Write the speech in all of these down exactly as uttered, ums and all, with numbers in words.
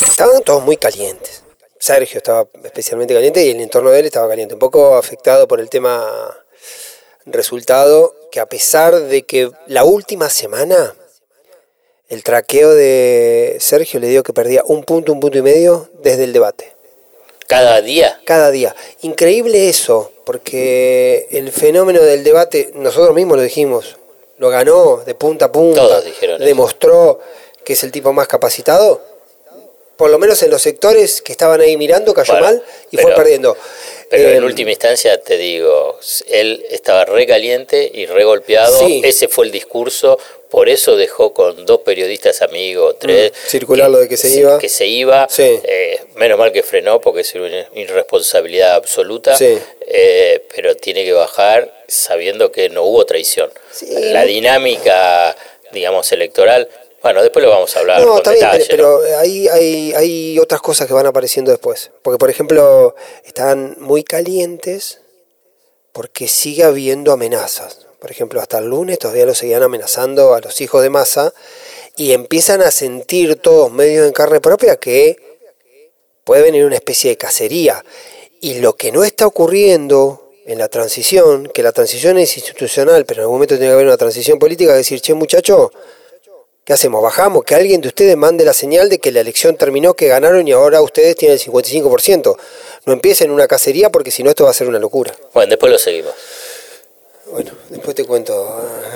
Estaban todos muy calientes. Sergio estaba especialmente caliente y el entorno de él estaba caliente. Un poco afectado por el tema resultado, que a pesar de que la última semana el traqueo de Sergio le dio que perdía un punto, un punto y medio desde el debate. ¿Cada día? Cada día. Increíble eso, porque el fenómeno del debate, nosotros mismos lo dijimos, lo ganó de punta a punta. Todos dijeron demostró eso. Que es el tipo más capacitado. Por lo menos en los sectores que estaban ahí mirando, cayó bueno, mal y pero, fue perdiendo. Pero eh, en última instancia, te digo, él estaba re caliente y re golpeado. Sí. Ese fue el discurso. Por eso dejó con dos periodistas amigos, tres. Mm, circular que, lo de que se sí, iba. Que se iba. Sí. Eh, menos mal que frenó porque es una irresponsabilidad absoluta. Sí. Eh, pero tiene que bajar sabiendo que no hubo traición. Sí. La dinámica, digamos, electoral. Bueno, después lo vamos a hablar. No, con está detalle, bien, pero, pero ¿no? hay, hay, hay otras cosas que van apareciendo después. Porque, por ejemplo, están muy calientes porque sigue habiendo amenazas. Por ejemplo, hasta el lunes todavía lo seguían amenazando a los hijos de Massa y empiezan a sentir todos medios en carne propia que puede venir una especie de cacería. Y lo que no está ocurriendo en la transición, que la transición es institucional, pero en algún momento tiene que haber una transición política, decir, che, muchacho, ¿qué hacemos? ¿Bajamos? Que alguien de ustedes mande la señal de que la elección terminó, que ganaron y ahora ustedes tienen el cincuenta y cinco por ciento. No empiecen una cacería porque si no esto va a ser una locura. Bueno, después lo seguimos. Bueno, después te cuento.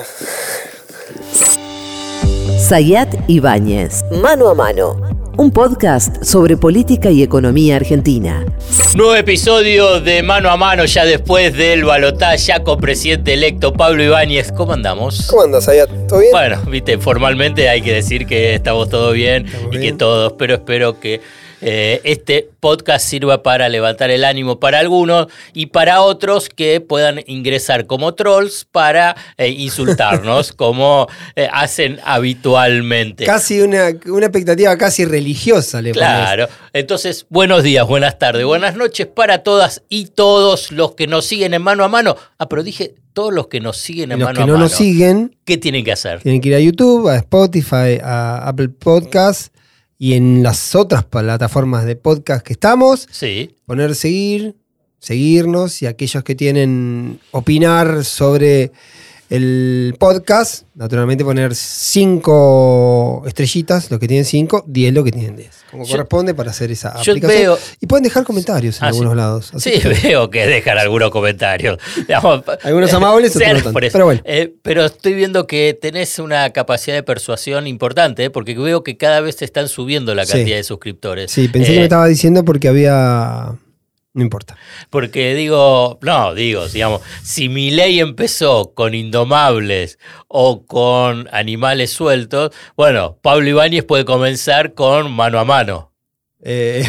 Sayat Ibáñez, Mano a Mano, un podcast sobre política y economía argentina. Nuevo episodio de Mano a Mano ya después del balotaje, ya con presidente electo Pablo Ibáñez. ¿Cómo andamos? ¿Cómo andas, Sayat? ¿Todo bien? Bueno, viste, formalmente hay que decir que estamos todo bien estamos y bien. Que todos, pero espero que eh, este podcast sirva para levantar el ánimo para algunos y para otros que puedan ingresar como trolls para eh, insultarnos como eh, hacen habitualmente. Casi una, una expectativa casi religiosa, le Claro. Pones. Entonces, buenos días, buenas tardes, buenas noches para todas y todos los que nos siguen en Mano a Mano. Ah, pero dije todos los que nos siguen en los Mano a no Mano. Los que no nos siguen, ¿qué tienen que hacer? Tienen que ir a YouTube, a Spotify, a Apple Podcasts y en las otras plataformas de podcast que estamos. Sí. Poner seguir, seguirnos y aquellos que tienen opinar sobre el podcast, naturalmente poner cinco estrellitas, los que tienen cinco, diez los que tienen diez. Como yo, corresponde para hacer esa yo aplicación. Veo, y pueden dejar comentarios en ah, algunos sí. lados. Así sí, que veo que dejan algunos comentarios. Digamos, algunos amables, otros no tanto. Pero bueno. Eh, pero estoy viendo que tenés una capacidad de persuasión importante, ¿eh? Porque veo que cada vez te están subiendo la cantidad sí. de suscriptores. Sí, pensé eh, que me estaba diciendo porque había... No importa. Porque digo, no, digo, digamos, si Milei empezó con Indomables o con Animales Sueltos, bueno, Pablo Ibáñez puede comenzar con Mano a Mano. Eh...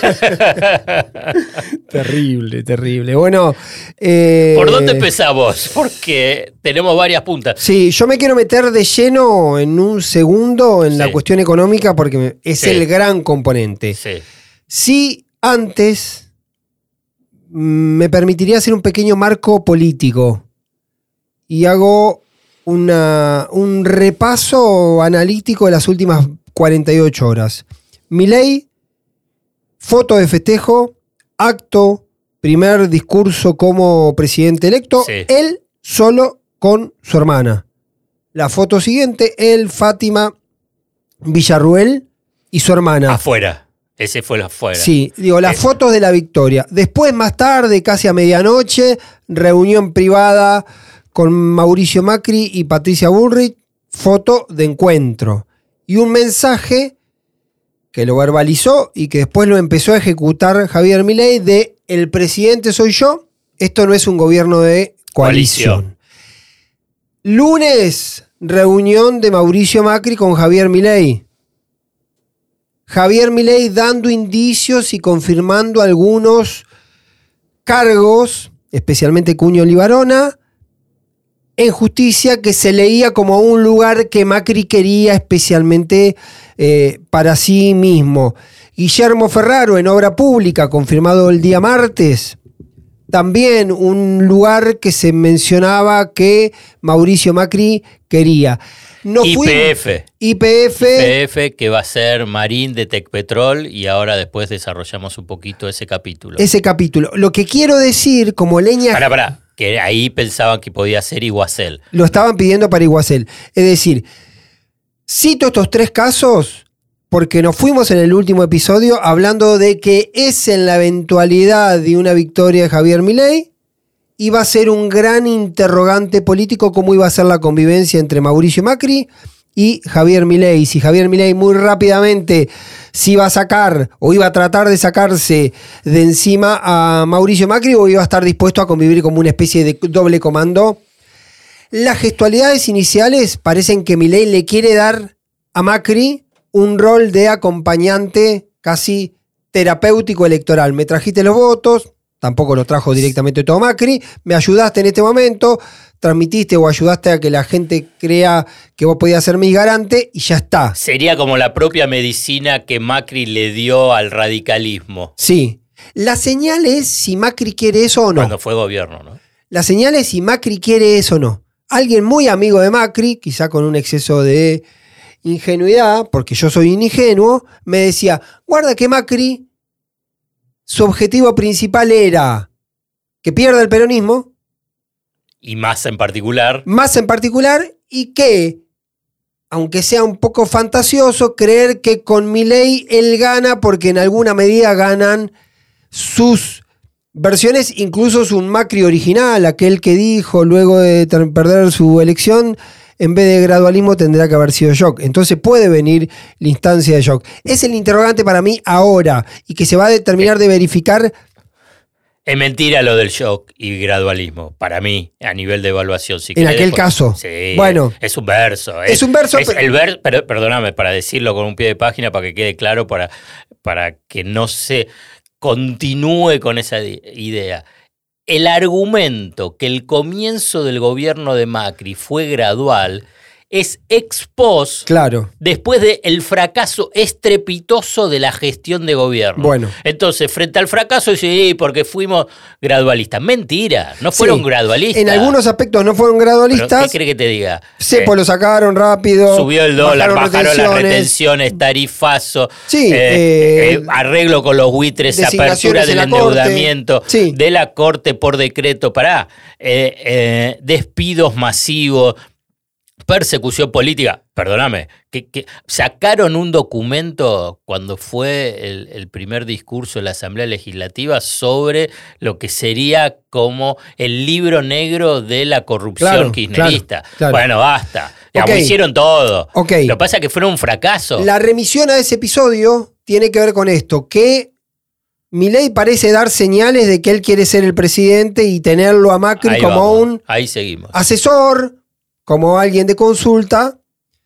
terrible, terrible. Bueno, eh... ¿por dónde empezamos? Porque tenemos varias puntas. Sí, yo me quiero meter de lleno en un segundo en sí. la cuestión económica porque es sí. el gran componente. Sí. Si antes... me permitiría hacer un pequeño marco político y hago una, un repaso analítico de las últimas cuarenta y ocho horas. Milei, foto de festejo, acto, primer discurso como presidente electo, sí. él solo con su hermana. La foto siguiente, él, Fátima, Villarruel y su hermana. Afuera. Ese fue la afuera. Sí, digo, las eh. fotos de la victoria. Después, más tarde, casi a medianoche, reunión privada con Mauricio Macri y Patricia Bullrich, foto de encuentro. Y un mensaje que lo verbalizó y que después lo empezó a ejecutar Javier Milei de el presidente soy yo, esto no es un gobierno de coalición. coalición. Lunes, reunión de Mauricio Macri con Javier Milei. Javier Milei dando indicios y confirmando algunos cargos, especialmente Cuño Libarona, en justicia que se leía como un lugar que Macri quería especialmente eh, para sí mismo. Guillermo Ferraro en Obra Pública, confirmado el día martes, también un lugar que se mencionaba que Mauricio Macri quería. No Y P F. Fui, Y P F. Y P F, que va a ser Marín de Tecpetrol, y ahora después desarrollamos un poquito ese capítulo. Ese capítulo. Lo que quiero decir, como leña... Pará, pará, que ahí pensaban que podía ser Iguacel. Lo estaban pidiendo para Iguacel. Es decir, cito estos tres casos porque nos fuimos en el último episodio hablando de que es en la eventualidad de una victoria de Javier Milei, iba a ser un gran interrogante político cómo iba a ser la convivencia entre Mauricio Macri y Javier Milei. Si Javier Milei muy rápidamente se iba a sacar o iba a tratar de sacarse de encima a Mauricio Macri o iba a estar dispuesto a convivir como una especie de doble comando. Las gestualidades iniciales parecen que Milei le quiere dar a Macri un rol de acompañante casi terapéutico electoral. Me trajiste los votos, tampoco los trajo directamente todo Macri, me ayudaste en este momento, transmitiste o ayudaste a que la gente crea que vos podías ser mi garante y ya está. Sería como la propia medicina que Macri le dio al radicalismo. Sí. La señal es si Macri quiere eso o no. Cuando fue gobierno, ¿no? La señal es si Macri quiere eso o no. Alguien muy amigo de Macri, quizá con un exceso de ingenuidad, porque yo soy ingenuo, me decía, guarda que Macri, su objetivo principal era que pierda el peronismo. Y Massa en particular. Massa en particular, y que, aunque sea un poco fantasioso, creer que con Milei él gana porque en alguna medida ganan sus versiones, incluso su Macri original, aquel que dijo luego de perder su elección, en vez de gradualismo tendrá que haber sido shock. Entonces puede venir la instancia de shock. Es el interrogante para mí ahora y que se va a determinar de verificar. Es mentira lo del shock y gradualismo, para mí, a nivel de evaluación. Si en aquel después, caso. Sí, bueno. Es un verso. Es, es un verso. Es el ver, pero, perdóname, para decirlo con un pie de página, para que quede claro, para, para que no se continúe con esa idea. El argumento que el comienzo del gobierno de Macri fue gradual es ex post, claro, después del fracaso estrepitoso de la gestión de gobierno. Bueno. Entonces, frente al fracaso, sí, porque fuimos gradualistas. Mentira, no fueron sí. gradualistas. En algunos aspectos no fueron gradualistas. ¿Pero qué cree que te diga? Cepo eh, lo sacaron rápido. Subió el dólar, bajaron, bajaron las retenciones, tarifazo, sí, eh, eh, eh, arreglo con los buitres, apertura del endeudamiento sí. de la Corte por decreto, pará, eh, eh, despidos masivos, persecución política, perdóname, que, que sacaron un documento cuando fue el, el primer discurso de la Asamblea Legislativa sobre lo que sería como el libro negro de la corrupción claro, kirchnerista. Claro, claro. Bueno, basta. Ya okay. hicieron todo. Okay. Lo que pasa es que fueron un fracaso. La remisión a ese episodio tiene que ver con esto, que Milei parece dar señales de que él quiere ser el presidente y tenerlo a Macri ahí como vamos. un Ahí seguimos. asesor, como alguien de consulta,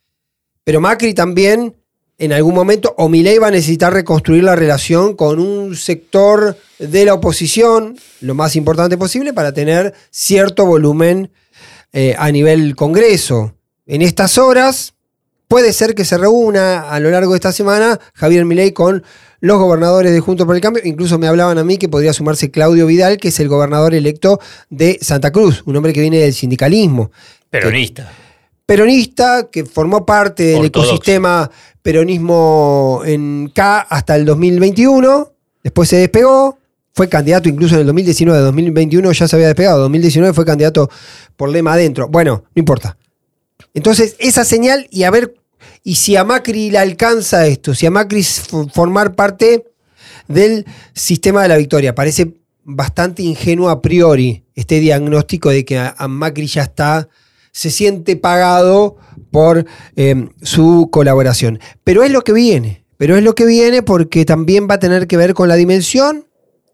pero Macri también en algún momento, o Milei va a necesitar reconstruir la relación con un sector de la oposición, lo más importante posible, para tener cierto volumen eh, a nivel Congreso. En estas horas, puede ser que se reúna a lo largo de esta semana Javier Milei con los gobernadores de Juntos por el Cambio. Incluso me hablaban a mí que podría sumarse Claudio Vidal, que es el gobernador electo de Santa Cruz, un hombre que viene del sindicalismo. Peronista. Que, peronista, que formó parte del ortodoxo. Ecosistema peronismo en K hasta el dos mil veintiuno, después se despegó, fue candidato incluso en el dos mil diecinueve, dos mil veintiuno ya se había despegado, dos mil diecinueve fue candidato por lema adentro. Bueno, no importa. Entonces, esa señal, y a ver, y si a Macri le alcanza esto, si a Macri formar parte del sistema de la victoria, parece bastante ingenuo a priori este diagnóstico de que a, a Macri ya está, se siente pagado por eh, su colaboración. Pero es lo que viene, pero es lo que viene porque también va a tener que ver con la dimensión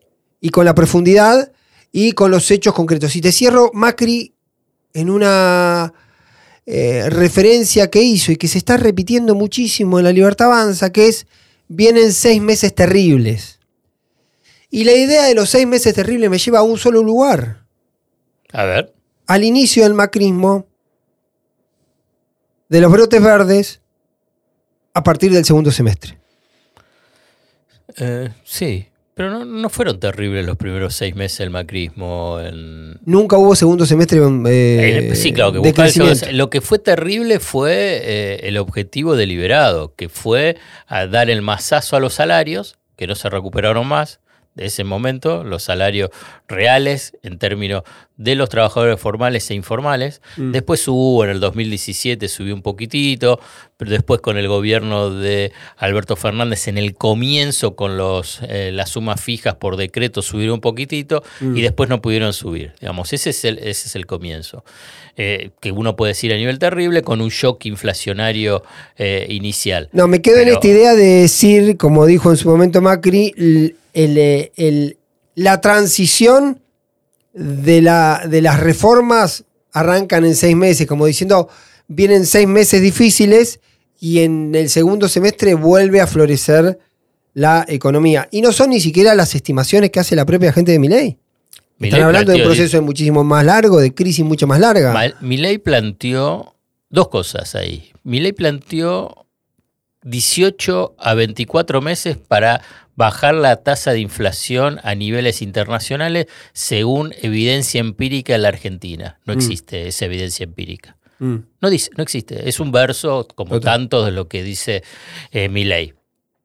y con la profundidad y con los hechos concretos. Y te cierro, Macri, en una eh, referencia que hizo y que se está repitiendo muchísimo en La Libertad Avanza, que es, vienen seis meses terribles. Y la idea de los seis meses terribles me lleva a un solo lugar. A ver. Al inicio del macrismo, de los brotes verdes, a partir del segundo semestre. Eh, sí, Pero no, no fueron terribles los primeros seis meses del macrismo. En... Nunca hubo segundo semestre eh, en, sí, claro, que de crecimiento. Lo que fue terrible fue eh, el objetivo deliberado, que fue a dar el mazazo a los salarios, que no se recuperaron más de ese momento, los salarios reales en términos de los trabajadores formales e informales. Mm. Después hubo, en el dos mil diecisiete subió un poquitito, pero después con el gobierno de Alberto Fernández, en el comienzo con los eh, las sumas fijas por decreto subieron un poquitito mm. y después no pudieron subir. Digamos, ese es el, ese es el comienzo. Eh, que uno puede decir a nivel terrible, con un shock inflacionario eh, inicial. No, me quedo pero... en esta idea de decir, como dijo en su momento Macri, el, el, el, la transición de, la, de las reformas arrancan en seis meses, como diciendo, vienen seis meses difíciles y en el segundo semestre vuelve a florecer la economía. Y no son ni siquiera las estimaciones que hace la propia gente de Milei. Están Milei hablando de un proceso muchísimo más largo, de crisis mucho más larga. Milei planteó dos cosas ahí. Milei planteó dieciocho a veinticuatro meses para bajar la tasa de inflación a niveles internacionales según evidencia empírica en la Argentina. No existe mm. esa evidencia empírica. Mm. No dice, no existe. Es un verso, como Total. tanto de lo que dice eh, Milei.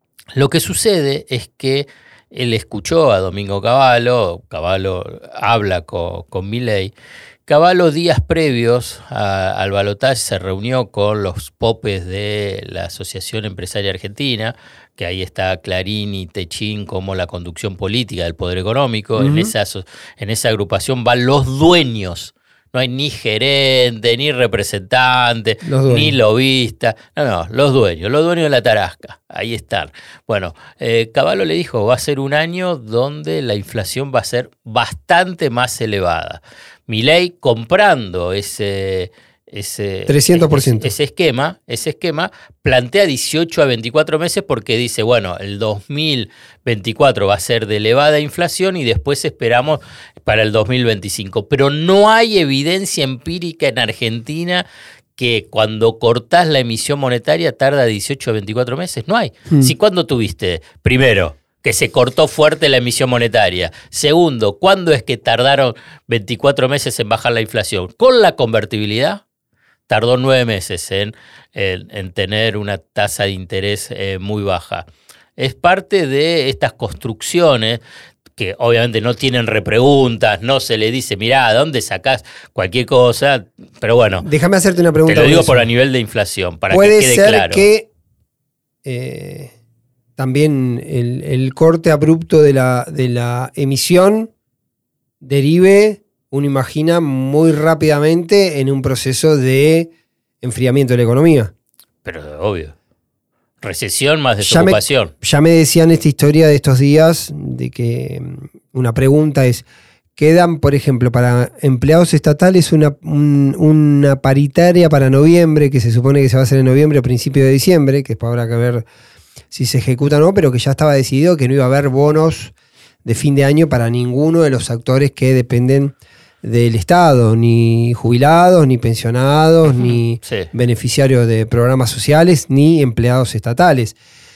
Lo que sucede es que él escuchó a Domingo Cavallo, Cavallo habla con, con Milei. Cavallo, días previos a, al balotaje, se reunió con los popes de la Asociación Empresaria Argentina, que ahí está Clarín y Techín como la conducción política del poder económico. Uh-huh. En esa, en esa agrupación van los dueños. No hay ni gerente, ni representante, ni lobista. No, no, los dueños, los dueños de la tarasca. Ahí están. Bueno, eh, Cavallo le dijo, va a ser un año donde la inflación va a ser bastante más elevada. Milei comprando ese... Ese, trescientos por ciento. Ese, ese esquema, ese esquema plantea dieciocho a veinticuatro meses porque dice, bueno, el dos mil veinticuatro va a ser de elevada inflación y después esperamos para el dos mil veinticinco. Pero no hay evidencia empírica en Argentina que cuando cortás la emisión monetaria tarda dieciocho a veinticuatro meses. No hay. Hmm. Si cuándo tuviste, primero, que se cortó fuerte la emisión monetaria. Segundo, ¿cuándo es que tardaron veinticuatro meses en bajar la inflación? Con la convertibilidad. Tardó nueve meses en, en, en tener una tasa de interés eh, muy baja. Es parte de estas construcciones que obviamente no tienen repreguntas, no se le dice, mirá, ¿de dónde sacás cualquier cosa? Pero bueno. Déjame hacerte una pregunta. Te lo digo por a nivel de inflación, para que quede claro. Puede ser que eh, también el, el corte abrupto de la, de la emisión derive... uno imagina muy rápidamente en un proceso de enfriamiento de la economía. Pero obvio. Recesión más desocupación. Ya me, ya me decían esta historia de estos días, de que una pregunta es, quedan, por ejemplo, para empleados estatales una, un, una paritaria para noviembre, que se supone que se va a hacer en noviembre o principio de diciembre, que después habrá que ver si se ejecuta o no, pero que ya estaba decidido que no iba a haber bonos de fin de año para ninguno de los actores que dependen del Estado, ni jubilados, ni pensionados, uh-huh. ni sí. beneficiarios de programas sociales, ni empleados estatales.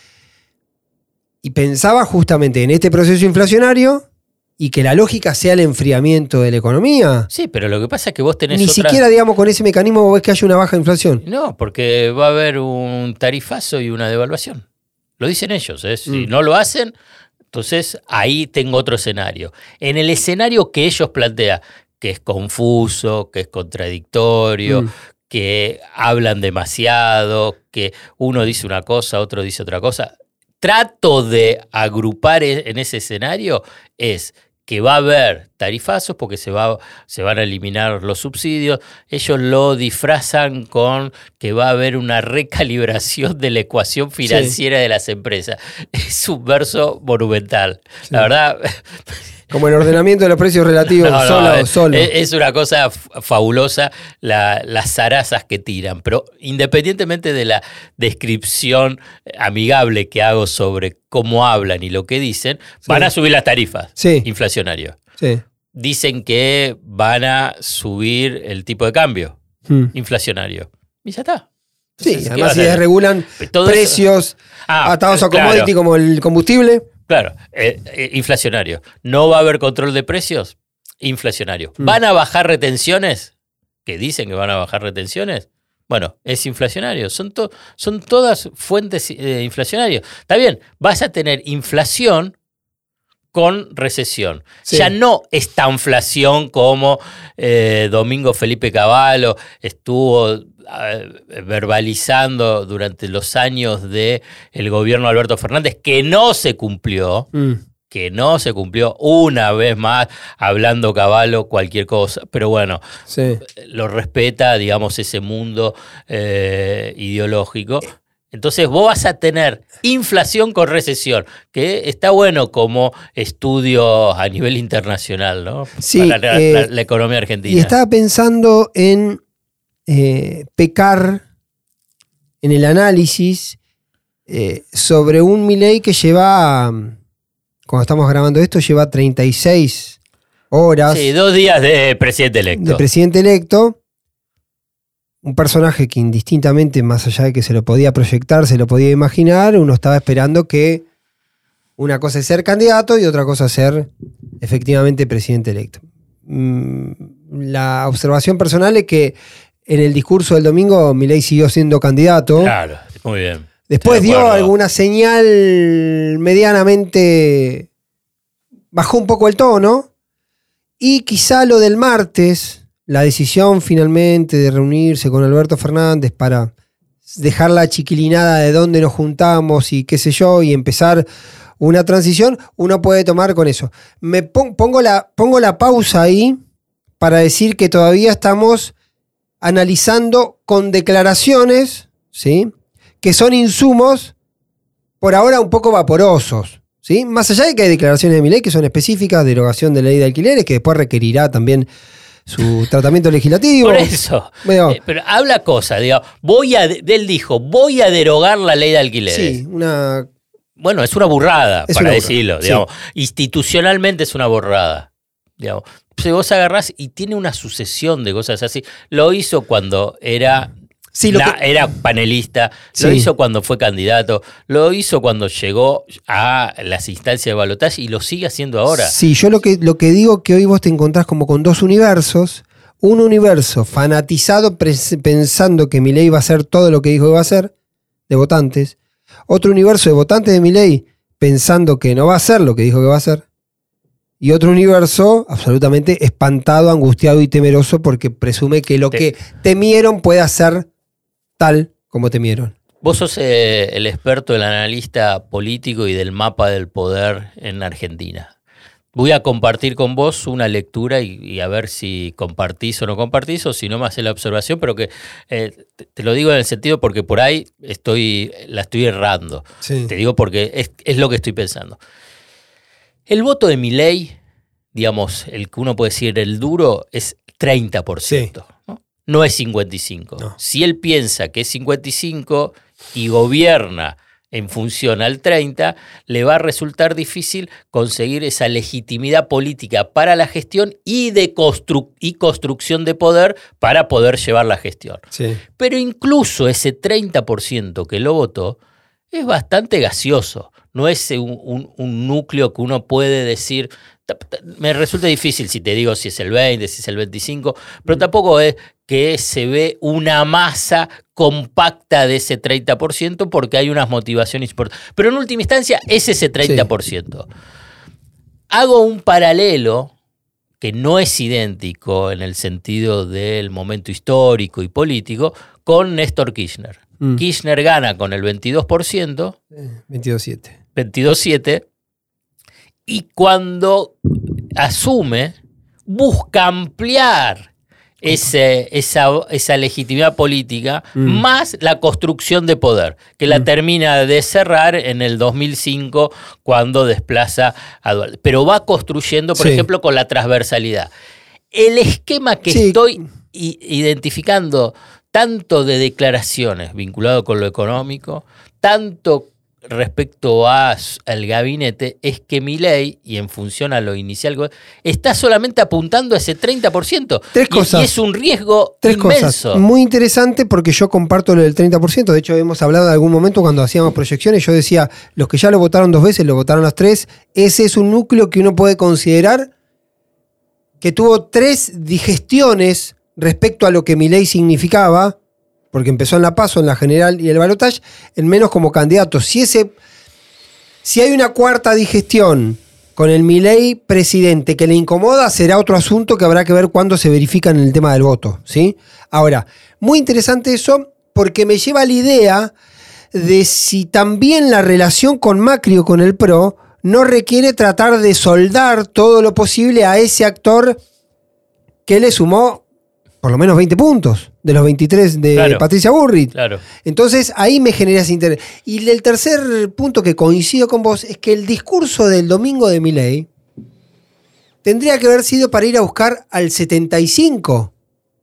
Y pensaba justamente en este proceso inflacionario y que la lógica sea el enfriamiento de la economía. Sí, pero lo que pasa es que vos tenés Ni otra... siquiera, digamos, con ese mecanismo vos ves que haya una baja inflación. No, porque va a haber un tarifazo y una devaluación. Lo dicen ellos, ¿eh? Si mm. no lo hacen, entonces ahí tengo otro escenario. En el escenario que ellos plantean, que es confuso, que es contradictorio, mm. que hablan demasiado, que uno dice una cosa, otro dice otra cosa. Trato de agrupar en ese escenario es que va a haber tarifazos porque se, va, se van a eliminar los subsidios. Ellos lo disfrazan con que va a haber una recalibración de la ecuación financiera sí. de las empresas. Es un verso monumental. Sí. La verdad... Como el ordenamiento de los precios relativos, no, solo, no, solo. Es, es una cosa fabulosa la, las zarazas que tiran, pero independientemente de la descripción amigable que hago sobre cómo hablan y lo que dicen, sí. van a subir las tarifas sí. inflacionarias. Sí. Dicen que van a subir el tipo de cambio hmm. inflacionario. Y ya está. Sí, entonces, además se desregulan precios ah, atados a commodity claro. como el combustible. Claro, eh, eh, inflacionario. ¿No va a haber control de precios? Inflacionario. Mm. ¿Van a bajar retenciones? Que dicen que van a bajar retenciones. Bueno, es inflacionario. Son, to- son todas fuentes eh, inflacionarias. Está bien, vas a tener inflación con recesión. Sí. Ya no esta inflación como eh, Domingo Felipe Cavallo estuvo eh, verbalizando durante los años del gobierno de Alberto Fernández, que no se cumplió. Mm. que no se cumplió una vez más, hablando Cavallo cualquier cosa, pero bueno, sí. lo respeta, digamos, ese mundo eh, ideológico. Entonces vos vas a tener inflación con recesión, que está bueno como estudio a nivel internacional, ¿no? Sí, para la, eh, la, la economía argentina. Y estaba pensando en eh, pecar en el análisis eh, sobre un Milei que lleva... Cuando estamos grabando esto, lleva treinta y seis horas. Sí, dos días de presidente electo. De presidente electo. Un personaje que indistintamente, más allá de que se lo podía proyectar, se lo podía imaginar, uno estaba esperando que una cosa es ser candidato y otra cosa es ser efectivamente presidente electo. La observación personal es que en el discurso del domingo Milei siguió siendo candidato. Claro, muy bien. Después dio alguna señal medianamente... Bajó un poco el tono. Y quizá lo del martes, la decisión finalmente de reunirse con Alberto Fernández para dejar la chiquilinada de dónde nos juntamos y qué sé yo, y empezar una transición, uno puede tomar con eso. Me pongo la, pongo la pausa ahí para decir que todavía estamos analizando con declaraciones, ¿sí?, que son insumos por ahora un poco vaporosos, ¿sí? Más allá de que hay declaraciones de Milei que son específicas, derogación de ley de alquileres, que después requerirá también su tratamiento legislativo. Por eso. Bueno, eh, pero habla cosa, digo, voy a, él dijo, voy a derogar la ley de alquileres. Sí, una... Bueno, es una burrada, es para una decirlo, burrada, digamos. Sí. Institucionalmente es una burrada, digamos. Si vos agarrás y tiene una sucesión de cosas así. Lo hizo cuando era... Sí, lo La, que... Era panelista, sí. Lo hizo cuando fue candidato, lo hizo cuando llegó a las instancias de balotaje y lo sigue haciendo ahora. Sí, yo lo que, lo que digo que hoy vos te encontrás como con dos universos. Un universo fanatizado pensando que Milei va a hacer todo lo que dijo que va a hacer, de votantes. Otro universo de votantes de Milei pensando que no va a hacer lo que dijo que va a hacer. Y otro universo absolutamente espantado, angustiado y temeroso porque presume que lo Te... que temieron puede hacer tal como temieron. Vos sos eh, el experto, el analista político y del mapa del poder en Argentina. Voy a compartir con vos una lectura y, y a ver si compartís o no compartís, o si no me haces la observación, pero que eh, te, te lo digo en el sentido porque por ahí estoy, la estoy errando. Sí. Te digo porque es, es lo que estoy pensando. El voto de Milei, digamos, el que uno puede decir el duro, es treinta por ciento. Sí. ¿no? No es cincuenta y cinco. No. Si él piensa que es cincuenta y cinco y gobierna en función al treinta, le va a resultar difícil conseguir esa legitimidad política para la gestión y de constru- y construcción de poder para poder llevar la gestión. Sí. Pero incluso ese treinta por ciento que lo votó es bastante gaseoso. No es un, un, un núcleo que uno puede decir... Me resulta difícil si te digo si es el veinte, si es el veinticinco, pero tampoco es que se ve una masa compacta de ese treinta por ciento porque hay unas motivaciones importantes. Pero en última instancia es ese treinta por ciento. Sí. Hago un paralelo que no es idéntico en el sentido del momento histórico y político con Néstor Kirchner. Mm. Kirchner gana con el veintidós por ciento. veintidós punto siete. veintidós punto siete. Y cuando asume, busca ampliar ese, esa, esa legitimidad política mm. más la construcción de poder, que mm. la termina de cerrar en el dos mil cinco cuando desplaza a Dualde. Pero va construyendo, por sí. ejemplo, con la transversalidad. El esquema que sí. estoy i- identificando, tanto de declaraciones vinculado con lo económico, tanto respecto a, al gabinete es que Milei, y en función a lo inicial, está solamente apuntando a ese treinta por ciento. Tres y, cosas. Y es un riesgo Tres inmenso. Cosas. Muy interesante porque yo comparto lo del treinta por ciento. De hecho, hemos hablado en algún momento cuando hacíamos proyecciones. Yo decía, los que ya lo votaron dos veces, lo votaron las tres. Ese es un núcleo que uno puede considerar que tuvo tres digestiones respecto a lo que Milei significaba, porque empezó en la PASO, en la general y el balotaje, en menos como candidato. Si, ese, si hay una cuarta digestión con el Milei presidente que le incomoda, será otro asunto que habrá que ver cuándo se verifica en el tema del voto, ¿sí? Ahora, muy interesante eso porque me lleva a la idea de si también la relación con Macri o con el P R O no requiere tratar de soldar todo lo posible a ese actor que le sumó por lo menos veinte puntos de los veintitrés de claro, Patricia Bullrich. Claro. Entonces ahí me genera ese interés. Y el tercer punto que coincido con vos es que el discurso del domingo de Milei tendría que haber sido para ir a buscar al setenta y cinco,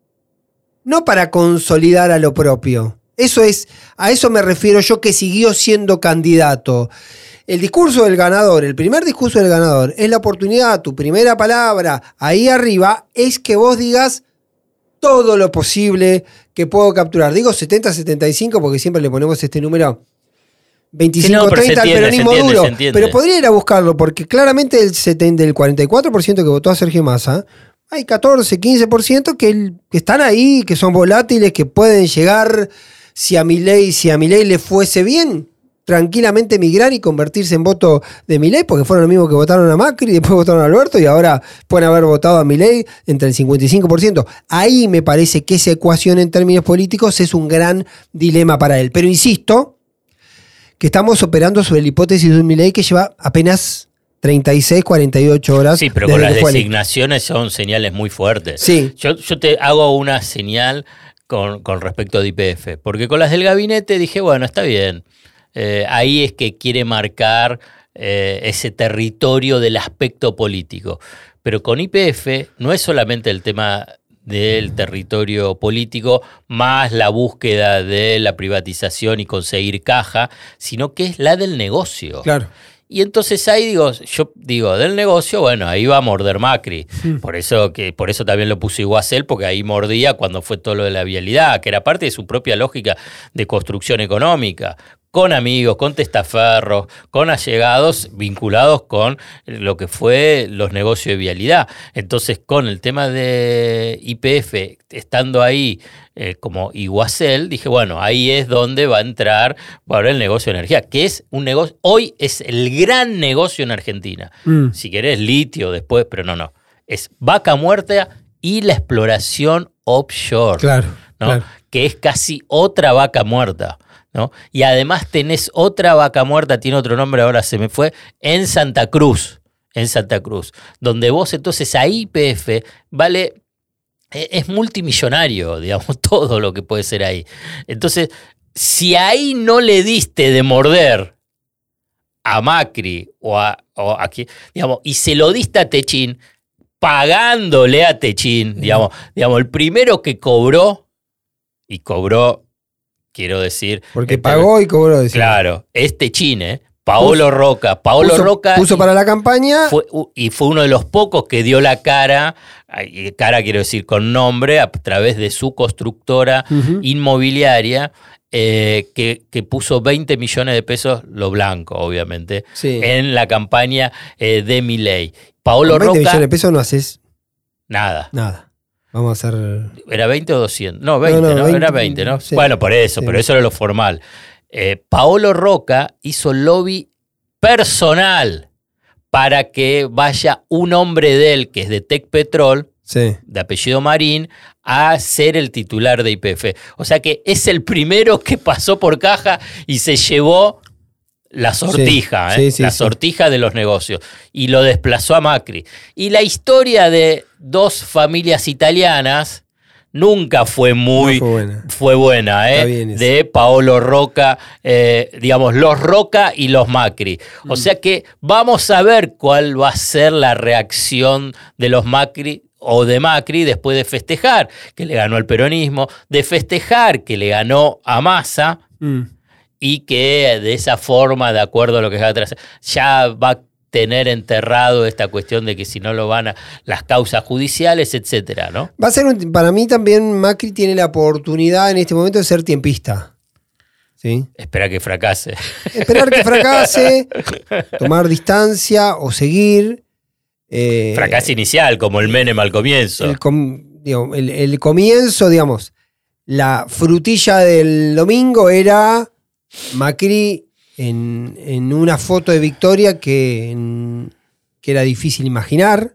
no para consolidar a lo propio. Eso es, a eso me refiero yo, que siguió siendo candidato. El discurso del ganador, el primer discurso del ganador, es la oportunidad, tu primera palabra ahí arriba, es que vos digas todo lo posible que puedo capturar. Digo setenta setenta y cinco porque siempre le ponemos este número veinticinco treinta sí, no, al peronismo duro. Pero podría ir a buscarlo porque claramente el, setenta, el cuarenta y cuatro por ciento que votó a Sergio Massa, hay catorce, quince por ciento que, que están ahí, que son volátiles, que pueden llegar, si a Milei, si a Milei le fuese bien, tranquilamente migrar y convertirse en voto de Milei, porque fueron los mismos que votaron a Macri, después votaron a Alberto y ahora pueden haber votado a Milei entre el cincuenta y cinco por ciento. Ahí me parece que esa ecuación en términos políticos es un gran dilema para él. Pero insisto que estamos operando sobre la hipótesis de un Milei que lleva apenas treinta y seis, cuarenta y ocho horas. Sí, pero con las designaciones son señales muy fuertes. Sí. Yo, yo te hago una señal con, con respecto a I P F, porque con las del gabinete dije, bueno, está bien. Eh, ahí es que quiere marcar eh, ese territorio del aspecto político. Pero con I P F no es solamente el tema del territorio político más la búsqueda de la privatización y conseguir caja, sino que es la del negocio. Claro. Y entonces ahí digo, yo digo, del negocio, bueno, ahí va a morder Macri. Mm. Por eso que por eso también lo puso Iguacel, porque ahí mordía cuando fue todo lo de la vialidad, que era parte de su propia lógica de construcción económica, con amigos, con testaferros, con allegados vinculados con lo que fue los negocios de vialidad. Entonces, con el tema de I P F, estando ahí eh, como Iguacel, dije, bueno, ahí es donde va a entrar para el negocio de energía, que es un negocio, hoy es el gran negocio en Argentina. Mm. Si querés litio después, pero no, no. Es vaca muerta y la exploración offshore. Claro, ¿no? Claro. Que es casi otra vaca muerta. ¿No? Y además tenés otra vaca muerta, tiene otro nombre, ahora se me fue, en Santa Cruz, en Santa Cruz, donde vos entonces a I P F vale, es multimillonario, digamos, todo lo que puede ser ahí. Entonces, si ahí no le diste de morder a Macri o a, o a digamos, y se lo diste a Techín, pagándole a Techín, digamos, digamos, el primero que cobró, y cobró, quiero decir... Porque este, pagó y cobró. Decir. Claro, este Chine, Paolo puso, Roca. Paolo puso, Roca... Puso para la campaña... Fue, y fue uno de los pocos que dio la cara, cara quiero decir con nombre, a través de su constructora uh-huh. inmobiliaria, eh, que, que puso veinte millones de pesos, lo blanco obviamente, sí. en la campaña eh, de Milei. Paolo Con veinte Roca... millones de pesos no haces... Nada. Nada. Vamos a hacer... ¿Era veinte o doscientos? No, veinte, ¿no? no, no veinte, era veinte, ¿no? Sí, bueno, por eso, sí. pero eso era lo formal. Eh, Paolo Roca hizo lobby personal para que vaya un hombre de él, que es de Tecpetrol, sí. de apellido Marín, a ser el titular de I P F. O sea que es el primero que pasó por caja y se llevó... La sortija, sí, ¿eh? sí, sí, la sortija sí. de los negocios. Y lo desplazó a Macri. Y la historia de dos familias italianas nunca fue muy... No fue buena. Fue buena, ¿eh? De Paolo Roca, eh, digamos, los Roca y los Macri. O mm. sea que vamos a ver cuál va a ser la reacción de los Macri o de Macri después de festejar que le ganó al peronismo, de festejar que le ganó a Massa. Mm. y que de esa forma, de acuerdo a lo que va a traer, ya va a tener enterrado esta cuestión de que si no lo van a las causas judiciales, etcétera, ¿no? Va a ser un, para mí también Macri tiene la oportunidad en este momento de ser tiempista. ¿Sí? Espera que fracase. Esperar que fracase, tomar distancia o seguir. Eh, Fracaso inicial, como el Menem al comienzo. El, com, digamos, el, el comienzo, digamos, la frutilla del domingo era Macri en, en una foto de victoria que, en, que era difícil imaginar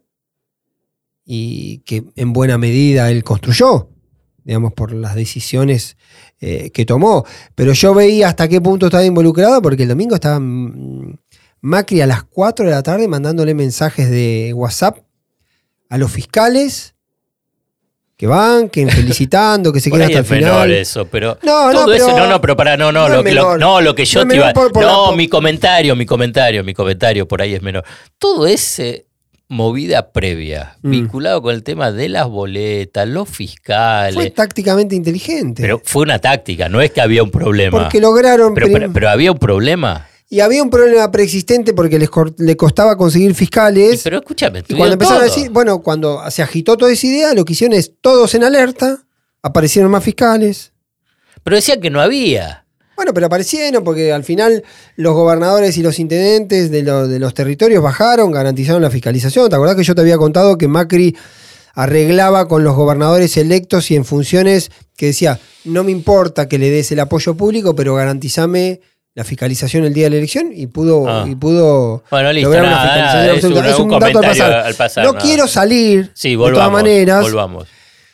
y que en buena medida él construyó, digamos, por las decisiones eh, que tomó. Pero yo veía hasta qué punto estaba involucrado, porque el domingo estaba Macri a las cuatro de la tarde mandándole mensajes de WhatsApp a los fiscales que van, que felicitando, que se quedan hasta el final. Es menor eso, pero no, no, todo pero eso, no, no, pero para, no, no, no, lo, lo, no, lo que yo no te iba, por, por no, la, mi comentario, mi comentario, mi comentario por ahí es menor. Todo ese movida previa, mm. vinculado con el tema de las boletas, los fiscales. Fue tácticamente inteligente. Pero fue una táctica, no es que había un problema. Porque lograron... Pero, pero, pero había un problema. Y había un problema preexistente porque les le costaba conseguir fiscales. Y pero escúchame, y cuando empezaron todo. a decir, bueno, cuando se agitó toda esa idea, lo que hicieron es todos en alerta, aparecieron más fiscales. Pero decían que no había. Bueno, pero aparecieron porque al final los gobernadores y los intendentes de, lo, de los territorios bajaron, garantizaron la fiscalización. ¿Te acordás que yo te había contado que Macri arreglaba con los gobernadores electos y en funciones que decía, no me importa que le des el apoyo público, pero garantizame la fiscalización el día de la elección y pudo, ah. y pudo bueno, listo, lograr nada, una fiscalización nada, absoluta. Es un, es un un dato al pasar. Al pasar no nada. quiero salir, sí, volvamos, de todas maneras, volvamos.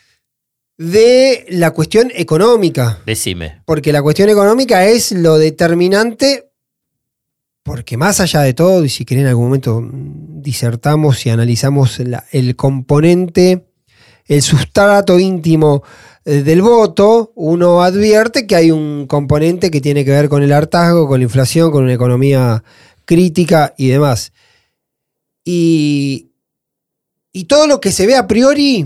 de la cuestión económica. Decime. Porque la cuestión económica es lo determinante, porque más allá de todo, y si querés en algún momento disertamos y analizamos la, el componente, el sustrato íntimo del voto, uno advierte que hay un componente que tiene que ver con el hartazgo, con la inflación, con una economía crítica y demás. Y, y todo lo que se ve a priori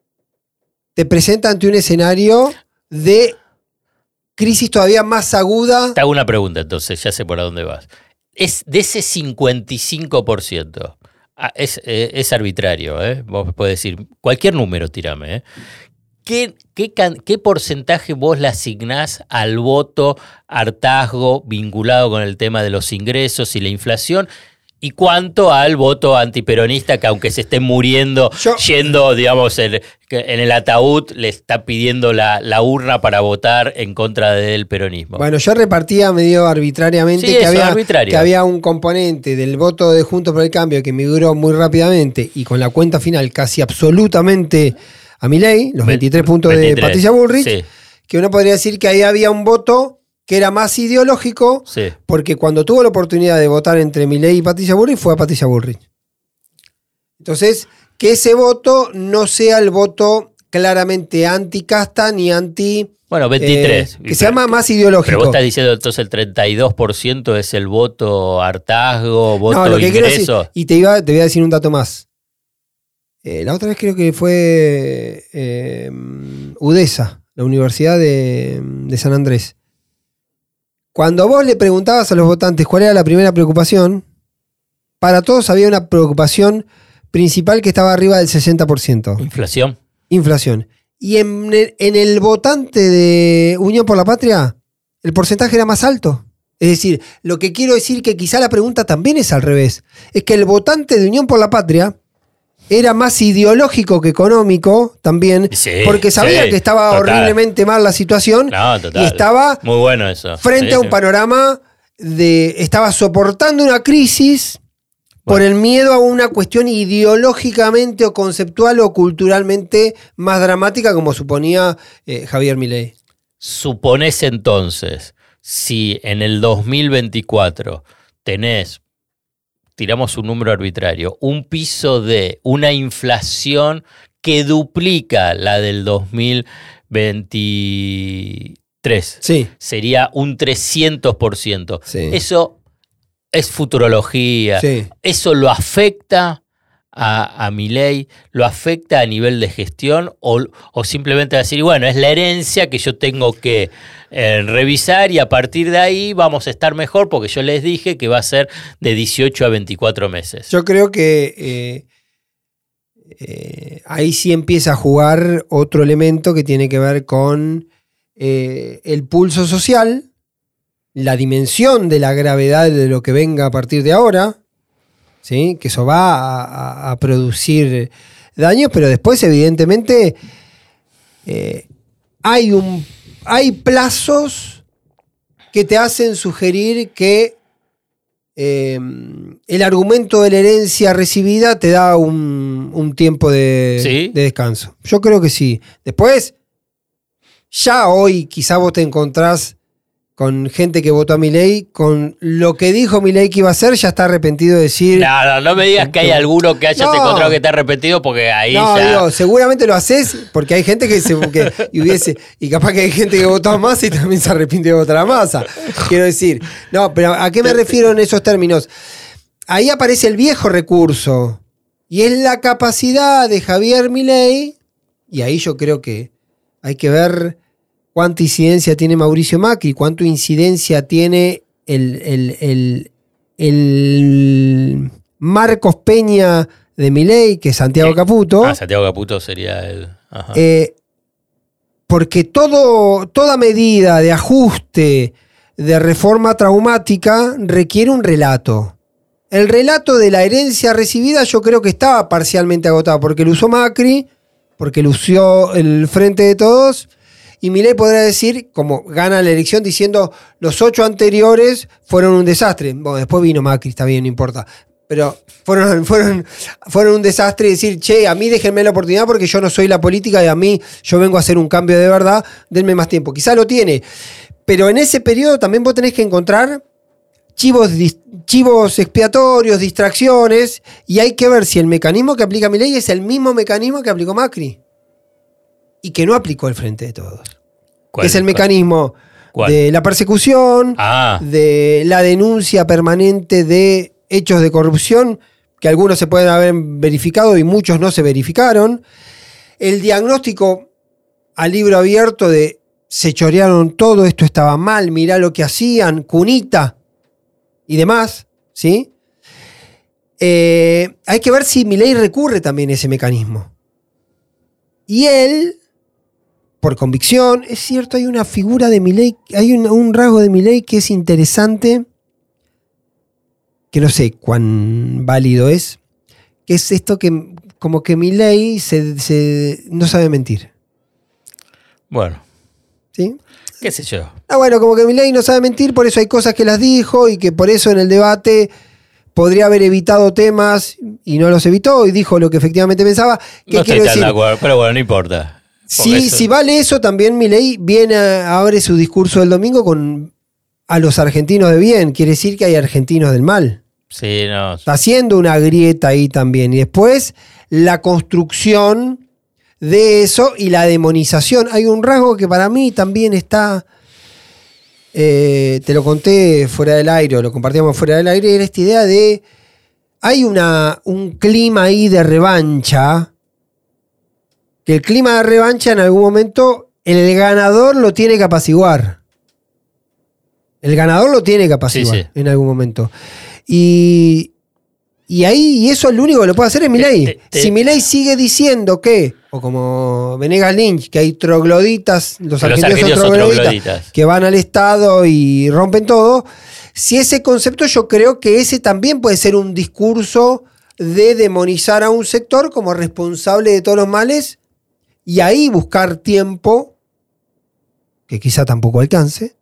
te presenta ante un escenario de crisis todavía más aguda. Te hago una pregunta entonces, ya sé por dónde vas. Es de ese cincuenta y cinco por ciento, es, es arbitrario, ¿eh? Vos podés decir, cualquier número tirame, ¿eh? ¿Qué, qué, ¿Qué porcentaje vos le asignás al voto hartazgo vinculado con el tema de los ingresos y la inflación? ¿Y cuánto al voto antiperonista que aunque se esté muriendo, Yo, yendo, digamos, en, en el ataúd, le está pidiendo la, la urna para votar en contra del peronismo? Bueno, yo repartía medio arbitrariamente sí, que, eso, había, arbitrario. que había un componente del voto de Juntos por el Cambio que migró muy rápidamente y con la cuenta final casi absolutamente a Milei, los veintitrés puntos veintitrés, de Patricia Bullrich, sí. Que uno podría decir que ahí había un voto que era más ideológico, sí. Porque cuando tuvo la oportunidad de votar entre Milei y Patricia Bullrich, fue a Patricia Bullrich. Entonces, que ese voto no sea el voto claramente anti-casta ni anti... Bueno, veintitrés. Eh, que sea más, más ideológico. Pero vos estás diciendo entonces el treinta y dos por ciento es el voto hartazgo, voto no, lo que ingreso. Decir, y te, iba, te voy a decir un dato más. Eh, la otra vez creo que fue eh, UDESA, la Universidad de, de San Andrés. Cuando vos le preguntabas a los votantes cuál era la primera preocupación, para todos había una preocupación principal que estaba arriba del sesenta por ciento. Inflación. Inflación. Y en el, en el votante de Unión por la Patria, el porcentaje era más alto. Es decir, lo que quiero decir que quizá la pregunta también es al revés. Es que el votante de Unión por la Patria era más ideológico que económico también, sí, porque sabía sí, que estaba total. horriblemente mal la situación no, total. Y estaba muy bueno eso. frente sí, a un sí. panorama de... Estaba soportando una crisis bueno. por el miedo a una cuestión ideológicamente o conceptual o culturalmente más dramática como suponía eh, Javier Milei. Suponés entonces, si en el dos mil veinticuatro tenés, tiramos un número arbitrario, un piso de una inflación que duplica la del dos mil veintitrés. Sí. Sería un trescientos por ciento. Sí. Eso es futurología. Sí. Eso lo afecta a, a Milei, lo afecta a nivel de gestión o, o simplemente decir, bueno, es la herencia que yo tengo que eh, revisar y a partir de ahí vamos a estar mejor porque yo les dije que va a ser de dieciocho a veinticuatro meses. Yo creo que eh, eh, ahí sí empieza a jugar otro elemento que tiene que ver con eh, el pulso social, la dimensión de la gravedad de lo que venga a partir de ahora, ¿sí? Que eso va a, a, a producir daños, pero después evidentemente eh, hay, un, hay plazos que te hacen sugerir que eh, el argumento de la herencia recibida te da un, un tiempo de, ¿Sí? de descanso. Yo creo que sí. Después, ya hoy quizá vos te encontrás con gente que votó a Milei, con lo que dijo Milei que iba a hacer, ya está arrepentido de decir... No, no, no me digas que hay alguno que hayas no. encontrado que esté arrepentido porque ahí no, ya... digo, seguramente lo haces porque hay gente que se... Que, y, hubiese, y capaz que hay gente que votó a Massa y también se arrepintió de votar a Massa. Quiero decir, no, pero ¿a qué me refiero en esos términos? Ahí aparece el viejo recurso y es la capacidad de Javier Milei, y ahí yo creo que hay que ver... ¿Cuánta incidencia tiene Mauricio Macri? ¿Cuánta incidencia tiene el, el, el, el Marcos Peña de Milei, que es Santiago Caputo? Ah, Santiago Caputo sería el... Ajá. Eh, porque todo, toda medida de ajuste, de reforma traumática, requiere un relato. El relato de la herencia recibida yo creo que estaba parcialmente agotado, porque lo usó Macri, porque lo usó el Frente de Todos... Y Milei podrá decir, como gana la elección, diciendo los ocho anteriores fueron un desastre. Bueno, después vino Macri, está bien, no importa. Pero fueron, fueron, fueron un desastre y decir, che, a mí déjenme la oportunidad porque yo no soy la política y a mí yo vengo a hacer un cambio de verdad, denme más tiempo. Quizá lo tiene. Pero en ese periodo también vos tenés que encontrar chivos, chivos expiatorios, distracciones, y hay que ver si el mecanismo que aplica Milei es el mismo mecanismo que aplicó Macri. Y que no aplicó el Frente de Todos. ¿Cuál, es el cuál? mecanismo ¿Cuál? de la persecución, Ah. de la denuncia permanente de hechos de corrupción, que algunos se pueden haber verificado y muchos no se verificaron. El diagnóstico a libro abierto de se chorearon todo, esto estaba mal, mirá lo que hacían, cunita y demás, ¿sí? Eh, hay que ver si Milei recurre también a ese mecanismo. Y él... por convicción, es cierto, hay una figura de Milei, hay un, un rasgo de Milei que es interesante, que no sé cuán válido es, que es esto que como que Milei se, se, no sabe mentir. Bueno. ¿Sí? ¿Qué sé yo? Ah, bueno, como que Milei no sabe mentir, por eso hay cosas que las dijo y que por eso en el debate podría haber evitado temas y no los evitó y dijo lo que efectivamente pensaba. ¿Qué no quiero estoy tan decir? de acuerdo, pero bueno, no importa. Sí, eso... si vale eso, también Milei viene, abre su discurso del domingo con a los argentinos de bien. Quiere decir que hay argentinos del mal. Sí, no. Está haciendo una grieta ahí también. Y después la construcción de eso y la demonización. Hay un rasgo que para mí también está... Eh, te lo conté fuera del aire, o lo compartíamos fuera del aire, era esta idea de... Hay una, un clima ahí de revancha... que el clima de revancha en algún momento el ganador lo tiene que apaciguar. El ganador lo tiene que apaciguar sí, sí. en algún momento. Y, y ahí, y eso es lo único que lo puede hacer es Milei. Te, te, te... Si Milei sigue diciendo que, o como Venegas Lynch, que hay trogloditas, los argentinos, los argentinos son trogloditas, trogloditas, que van al Estado y rompen todo, si ese concepto yo creo que ese también puede ser un discurso de demonizar a un sector como responsable de todos los males. Y ahí buscar tiempo, que quizá tampoco alcance,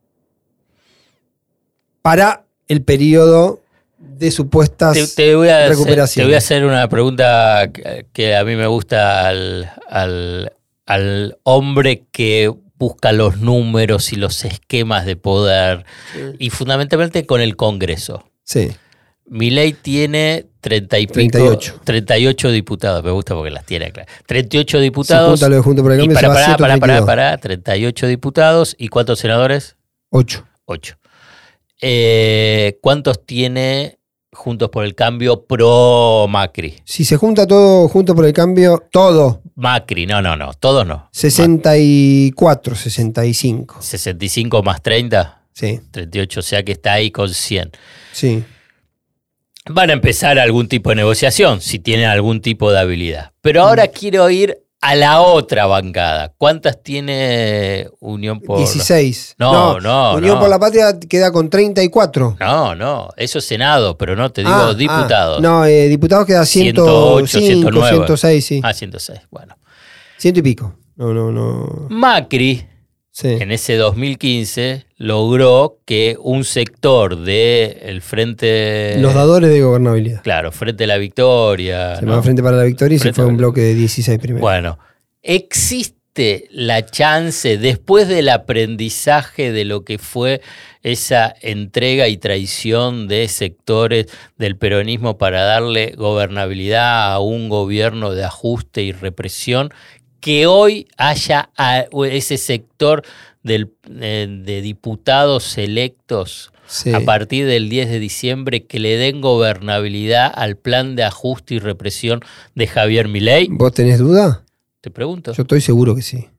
para el periodo de supuestas te, te voy a recuperaciones. Hacer, te voy a hacer una pregunta que a mí me gusta al, al, al hombre que busca los números y los esquemas de poder, sí. y fundamentalmente con el Congreso. Sí. Milei tiene treinta y pico, treinta y ocho. treinta y ocho diputados, me gusta porque las tiene claras. treinta y ocho diputados. Lo de Junto por el Cambio, y para, para, para, para, para, treinta y ocho diputados. ¿Y cuántos senadores? ocho. ocho. Eh, ¿Cuántos tiene Juntos por el Cambio pro Macri. Si se junta todo Juntos por el Cambio, todo. Macri, no, no, no, todos no. sesenta y cuatro, sesenta y cinco. sesenta y cinco más treinta. Sí. treinta y ocho, o sea que está ahí con cien. Sí. Van a empezar algún tipo de negociación, si tienen algún tipo de habilidad. Pero ahora mm. quiero ir a la otra bancada. ¿Cuántas tiene Unión por...? dieciséis. No, no, no. Unión no. por la Patria queda con treinta y cuatro. No, no. Eso es Senado, pero no te digo ah, diputados. Ah, no, eh, diputados queda ciento ocho, ciento nueve. ciento seis, sí. Ah, ciento seis, bueno. Ciento y pico. No, no, no. Macri... Sí. En ese dos mil quince logró que un sector del Frente... Los dadores de gobernabilidad. Claro, Frente a la Victoria. Se llamaba ¿no? Frente para la Victoria y Frente se fue un bloque de dieciséis primero. Bueno, existe la chance, después del aprendizaje de lo que fue esa entrega y traición de sectores del peronismo para darle gobernabilidad a un gobierno de ajuste y represión, que hoy haya a ese sector del, eh, de diputados electos sí. a partir del diez de diciembre que le den gobernabilidad al plan de ajuste y represión de Javier Milei? ¿Vos tenés duda? Te pregunto. Yo estoy seguro que sí.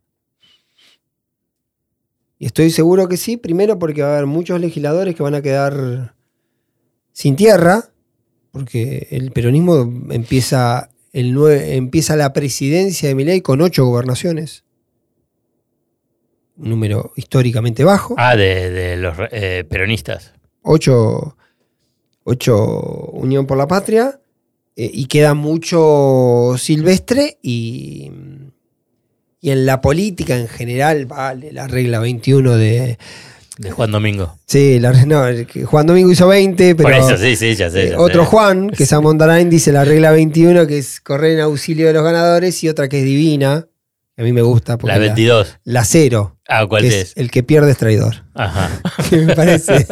Y estoy seguro que sí, primero porque va a haber muchos legisladores que van a quedar sin tierra, porque el peronismo empieza... El nueve, empieza la presidencia de Milei con ocho gobernaciones. Un número históricamente bajo. Ah, de, de los eh, peronistas. Ocho, ocho Unión por la Patria. Eh, y queda mucho silvestre. Y, y en la política en general, vale, la regla veintiuno de... De Juan Domingo. Sí, la, no, Juan Domingo hizo veinte, pero... Por eso, sí, sí, ya sé. Ya eh, otro sé. Juan, que es Amondarain, dice la regla veintiuno, que es correr en auxilio de los ganadores, y otra que es divina, que a mí me gusta. La veintidós. La, la cero. Ah, ¿cuál que es? es? El que pierde es traidor. Ajá. Que me parece...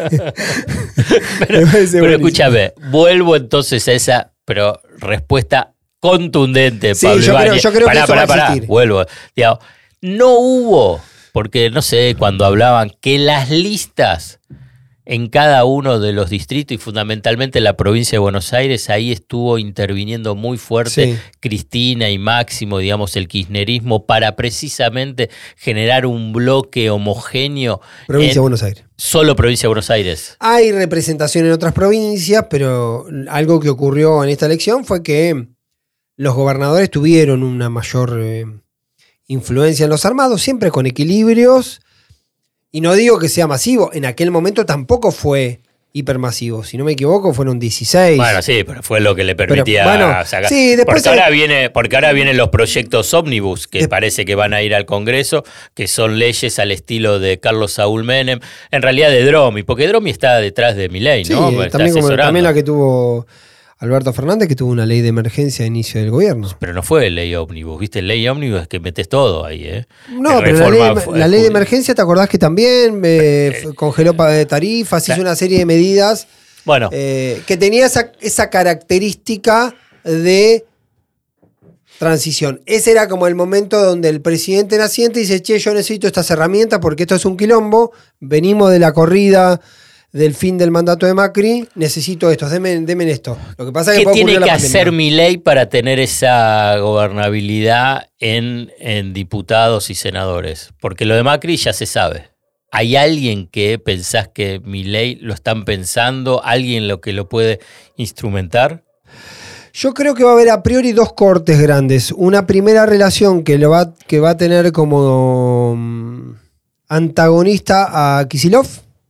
pero, me parece pero escúchame, vuelvo entonces a esa pero respuesta contundente, sí, Pablo yo Ibáñez. Creo, yo creo pará, que eso pará, va a pará, existir. Vuelvo. Digamos, no hubo... Porque, no sé, cuando hablaban que las listas en cada uno de los distritos y fundamentalmente en la provincia de Buenos Aires, ahí estuvo interviniendo muy fuerte sí. Cristina y Máximo, digamos, el kirchnerismo, para precisamente generar un bloque homogéneo. Provincia de Buenos Aires. Solo provincia de Buenos Aires. Hay representación en otras provincias, pero algo que ocurrió en esta elección fue que los gobernadores tuvieron una mayor... Eh, influencia en los armados, siempre con equilibrios, y no digo que sea masivo, en aquel momento tampoco fue hipermasivo, si no me equivoco fueron dieciséis. Bueno, sí, pero fue lo que le permitía pero, bueno, sacar. Sí, después porque, ahora viene, porque ahora vienen los proyectos ómnibus, que de... parece que van a ir al Congreso, que son leyes al estilo de Carlos Saúl Menem, en realidad de Dromi, porque Dromi está detrás de Milei, sí, ¿no? Está también, como, también la que tuvo... Alberto Fernández, que tuvo una ley de emergencia a inicio del gobierno. Pero no fue ley ómnibus, ¿viste? Ley ómnibus es que metes todo ahí, ¿eh? No, pero la ley, la ley de emergencia, ¿te acordás que también eh, congeló tarifas, hizo una serie de medidas bueno. eh, que tenía esa, esa característica de transición? Ese era como el momento donde el presidente naciente dice, che, yo necesito estas herramientas porque esto es un quilombo, venimos de la corrida... del fin del mandato de Macri, necesito esto, denme, denme esto. Lo que pasa es que ¿Qué tiene que hacer Milei para tener esa gobernabilidad en, en diputados y senadores? Porque lo de Macri ya se sabe. ¿Hay alguien que pensás que Milei lo están pensando? ¿Alguien lo que lo puede instrumentar? Yo creo que va a haber a priori dos cortes grandes. Una primera relación que, lo va, que va a tener como antagonista a Kicillof.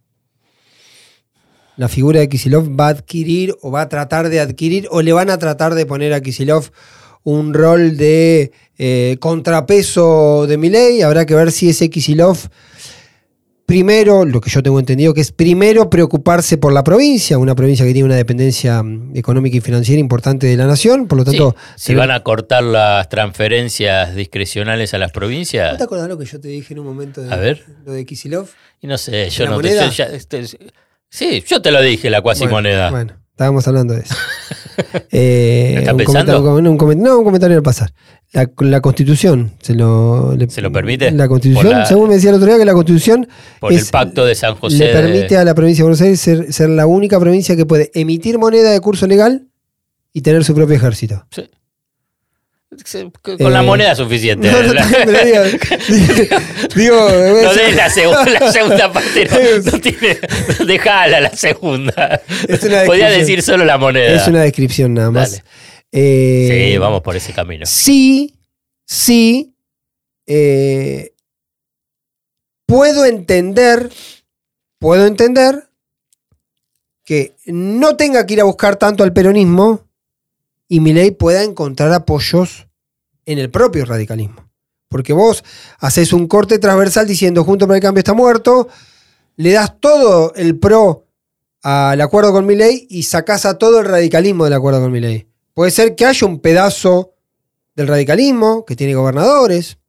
La figura de Kicillof va a adquirir o va a tratar de adquirir o le van a tratar de poner a Kicillof un rol de eh, contrapeso de Milei. Habrá que ver si ese Kicillof, primero, lo que yo tengo entendido, que es primero preocuparse por la provincia, una provincia que tiene una dependencia económica y financiera importante de la nación, por lo tanto... Sí, si van a cortar las transferencias discrecionales a las provincias... ¿No te acordás lo que yo te dije en un momento de, a ver. lo de Kicillof? Y no sé, yo ¿La no moneda? te... Yo, ya, este, sí, yo te lo dije, la cuasimoneda. Bueno, bueno, Estábamos hablando de eso. eh, ¿Estás un pensando? Comentario, un comentario, no, un comentario al pasar. La, la Constitución se lo, le, ¿Se lo permite? La Constitución, la, según me decía el otro día, que la Constitución por es, el Pacto de San José le permite de... a la provincia de Buenos Aires ser, ser la única provincia que puede emitir moneda de curso legal y tener su propio ejército. Sí. Con eh, la moneda suficiente. No, no, la, no, digo, digo, no de la, segunda, la segunda parte, no, no tiene, dejala la segunda. Podía decir solo la moneda. Es una descripción nada más. Eh, sí, vamos por ese camino. Sí, sí. Eh, puedo entender, puedo entender que no tenga que ir a buscar tanto al peronismo y Milei pueda encontrar apoyos en el propio radicalismo. Porque vos haces un corte transversal diciendo Juntos por el Cambio está muerto, le das todo el pro al acuerdo con Milei y sacás a todo el radicalismo del acuerdo con Milei. Puede ser que haya un pedazo del radicalismo que tiene gobernadores,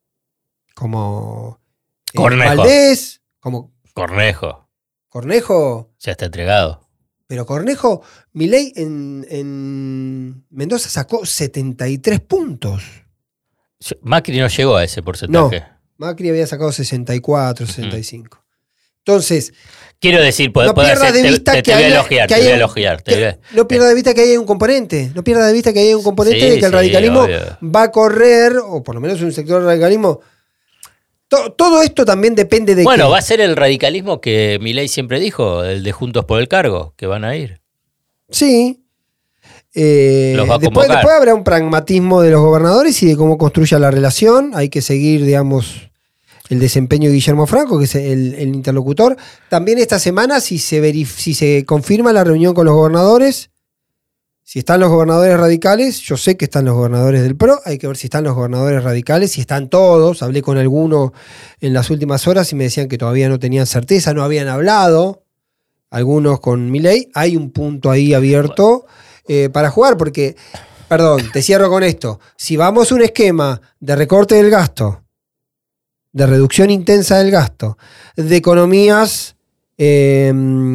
como eh, Valdés, como Cornejo. Cornejo. Ya está entregado. Pero Cornejo, Milei en, en Mendoza sacó setenta y tres puntos. Macri no llegó a ese porcentaje. No, Macri había sacado sesenta y cuatro, sesenta y cinco. Mm. Entonces, quiero decir, puede, no puede pierdas hacer, de vista te, que te, te voy a haya, elogiar, que te voy a haya, elogiar. Te que, voy a, no pierdas de vista que hay un componente. No pierdas de vista que hay un componente sí, de que el sí, radicalismo obvio. va a correr, o por lo menos un sector del radicalismo. To, todo esto también depende de Bueno, que, va a ser el radicalismo que Milei siempre dijo, el de Juntos por el Cargo, que van a ir. Sí. Eh, Los va a después, convocar. después habrá un pragmatismo de los gobernadores y de cómo construya la relación. Hay que seguir, digamos, el desempeño de Guillermo Franco, que es el, el interlocutor. También esta semana, si se, verif- si se confirma la reunión con los gobernadores, si están los gobernadores radicales, yo sé que están los gobernadores del P R O, hay que ver si están los gobernadores radicales, si están todos. Hablé con alguno en las últimas horas y me decían que todavía no tenían certeza, no habían hablado. Algunos con Milei. Hay un punto ahí abierto eh, para jugar, porque, perdón, te cierro con esto. Si vamos a un esquema de recorte del gasto, de reducción intensa del gasto, de economías eh,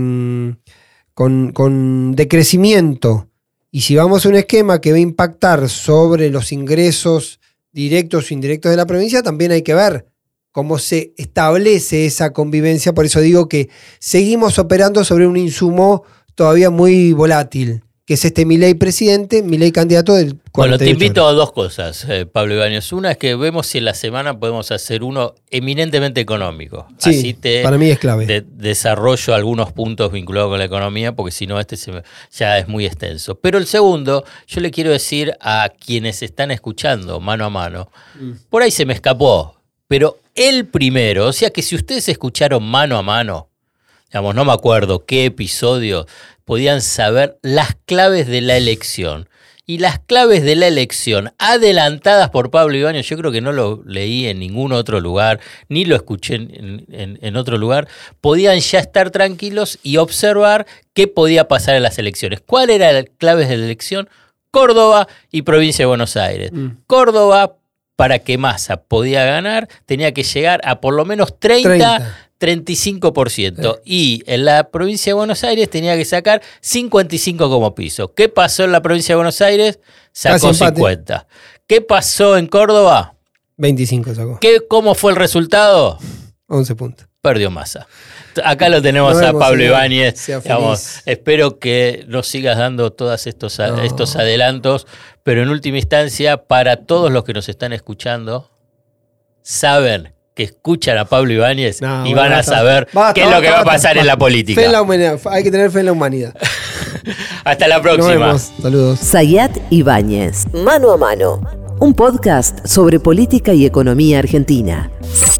con, con decrecimiento, y si vamos a un esquema que va a impactar sobre los ingresos directos o indirectos de la provincia, también hay que ver cómo se establece esa convivencia. Por eso digo que seguimos operando sobre un insumo todavía muy volátil, que es este Milei presidente, Milei candidato del cuarenta y ocho. Bueno, te invito a dos cosas, eh, Pablo Ibáñez. Una es que vemos si en la semana podemos hacer uno eminentemente económico. Sí, así te para mí es clave. De, desarrollo algunos puntos vinculados con la economía, porque si no este se me, ya es muy extenso. Pero el segundo, yo le quiero decir a quienes están escuchando mano a mano, mm. por ahí se me escapó, pero el primero, o sea que si ustedes escucharon mano a mano, digamos, no me acuerdo qué episodio, podían saber las claves de la elección. Y las claves de la elección adelantadas por Pablo Ibáñez, yo creo que no lo leí en ningún otro lugar, ni lo escuché en, en, en otro lugar, podían ya estar tranquilos y observar qué podía pasar en las elecciones. ¿Cuáles eran las claves de la elección? Córdoba y provincia de Buenos Aires. Mm. Córdoba, para que Massa podía ganar, tenía que llegar a por lo menos treinta, treinta y cinco por ciento. Sí. Y en la provincia de Buenos Aires tenía que sacar cincuenta y cinco como piso. ¿Qué pasó en la provincia de Buenos Aires? Sacó cincuenta. ¿Qué pasó en Córdoba? veinticinco sacó. ¿Qué, ¿Cómo fue el resultado? once puntos. Perdió Massa. Acá lo tenemos no a Pablo Ibáñez. Digamos, espero que nos sigas dando todos estos, no. estos adelantos, pero en última instancia, para todos los que nos están escuchando, saben que escuchan a Pablo Ibáñez no, y van basta, a saber basta, qué es lo que basta, va a pasar basta, en la política. Fe en la humanidad. Hay que tener fe en la humanidad. Hasta la próxima. Nos vemos. Saludos. Sayat Ibáñez, Mano a Mano, un podcast sobre política y economía argentina.